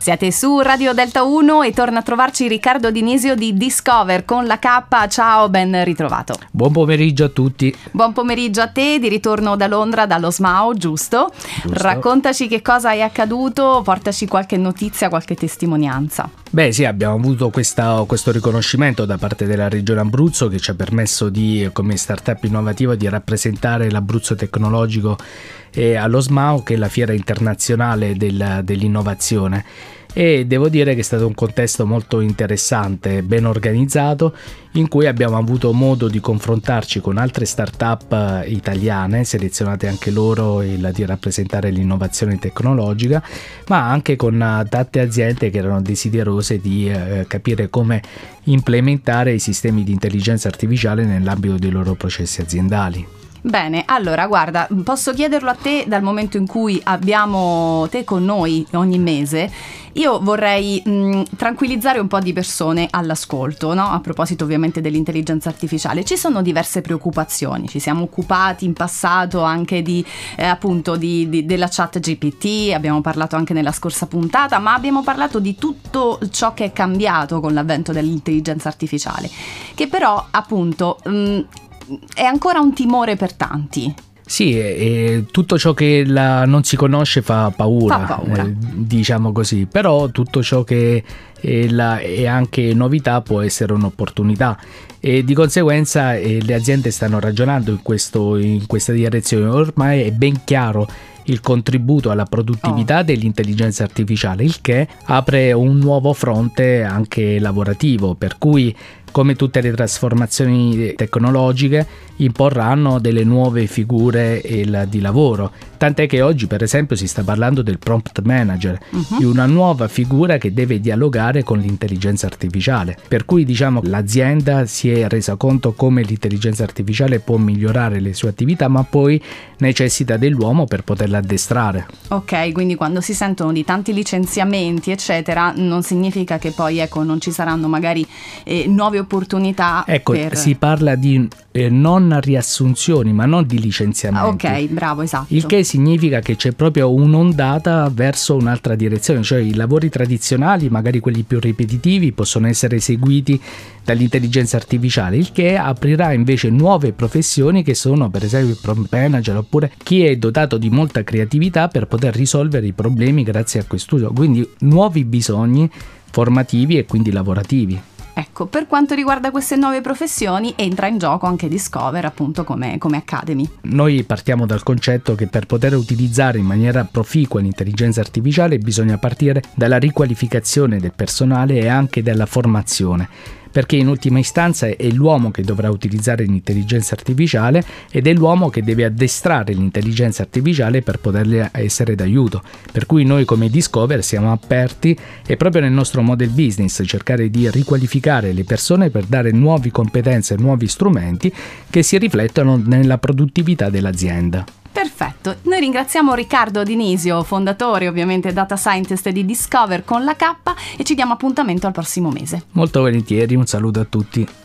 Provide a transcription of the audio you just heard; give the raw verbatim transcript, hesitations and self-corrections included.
Siete su Radio Delta uno e torna a trovarci Riccardo Dinisio di Discover con la K. Ciao, ben ritrovato. Buon pomeriggio a tutti. Buon pomeriggio a te, di ritorno da Londra, dallo S M A O, giusto? Giusto. Raccontaci che cosa è accaduto, portaci qualche notizia, qualche testimonianza. Beh sì, abbiamo avuto questa, questo riconoscimento da parte della Regione Abruzzo che ci ha permesso di, come startup innovativa, di rappresentare l'Abruzzo tecnologico eh, allo S M A O, che è la fiera internazionale del, dell'innovazione. E devo dire che è stato un contesto molto interessante, ben organizzato, in cui abbiamo avuto modo di confrontarci con altre start-up italiane, selezionate anche loro il, di rappresentare l'innovazione tecnologica, ma anche con tante aziende che erano desiderose di eh, capire come implementare i sistemi di intelligenza artificiale nell'ambito dei loro processi aziendali. Bene, allora guarda, posso chiederlo a te dal momento in cui abbiamo te con noi ogni mese. Io vorrei mh, tranquillizzare un po' di persone all'ascolto, no? A proposito ovviamente dell'intelligenza artificiale. Ci sono diverse preoccupazioni, ci siamo occupati in passato anche di eh, appunto di, di, della chat G P T, abbiamo parlato anche nella scorsa puntata, ma abbiamo parlato di tutto ciò che è cambiato con l'avvento dell'intelligenza artificiale, che però appunto mh, è ancora un timore per tanti. Sì, e tutto ciò che la non si conosce fa paura, fa paura. Eh, diciamo così, però tutto ciò che è, la, è anche novità può essere un'opportunità e di conseguenza eh, le aziende stanno ragionando in, questo, in questa direzione. Ormai è ben chiaro il contributo alla produttività oh. dell'intelligenza artificiale, il che apre un nuovo fronte anche lavorativo, per cui come tutte le trasformazioni tecnologiche imporranno delle nuove figure di lavoro, tant'è che oggi per esempio si sta parlando del prompt manager, uh-huh. di una nuova figura che deve dialogare con l'intelligenza artificiale, per cui diciamo l'azienda si è resa conto come l'intelligenza artificiale può migliorare le sue attività, ma poi necessita dell'uomo per poterla addestrare. Ok, quindi quando si sentono di tanti licenziamenti eccetera, non significa che poi ecco non ci saranno magari eh, nuove opportunità. Ecco, per... si parla di eh, non riassunzioni, ma non di licenziamenti. Ok, bravo, esatto. Il che significa che c'è proprio un'ondata verso un'altra direzione, cioè i lavori tradizionali, magari quelli più ripetitivi, possono essere eseguiti dall'intelligenza artificiale, il che aprirà invece nuove professioni che sono per esempio il prompt manager oppure chi è dotato di molta creatività per poter risolvere i problemi grazie a questo uso, quindi nuovi bisogni formativi e quindi lavorativi. Ecco, per quanto riguarda queste nuove professioni entra in gioco anche Discover appunto come, come Academy. Noi partiamo dal concetto che per poter utilizzare in maniera proficua l'intelligenza artificiale bisogna partire dalla riqualificazione del personale e anche dalla formazione, perché in ultima istanza è l'uomo che dovrà utilizzare l'intelligenza artificiale ed è l'uomo che deve addestrare l'intelligenza artificiale per poterle essere d'aiuto. Per cui noi come Discover siamo aperti e proprio nel nostro model business cercare di riqualificare le persone per dare nuove competenze e nuovi strumenti che si riflettono nella produttività dell'azienda. Perfetto, noi ringraziamo Riccardo Dinisio, fondatore ovviamente data scientist di Discover con la K, e ci diamo appuntamento al prossimo mese. Molto volentieri, un saluto a tutti.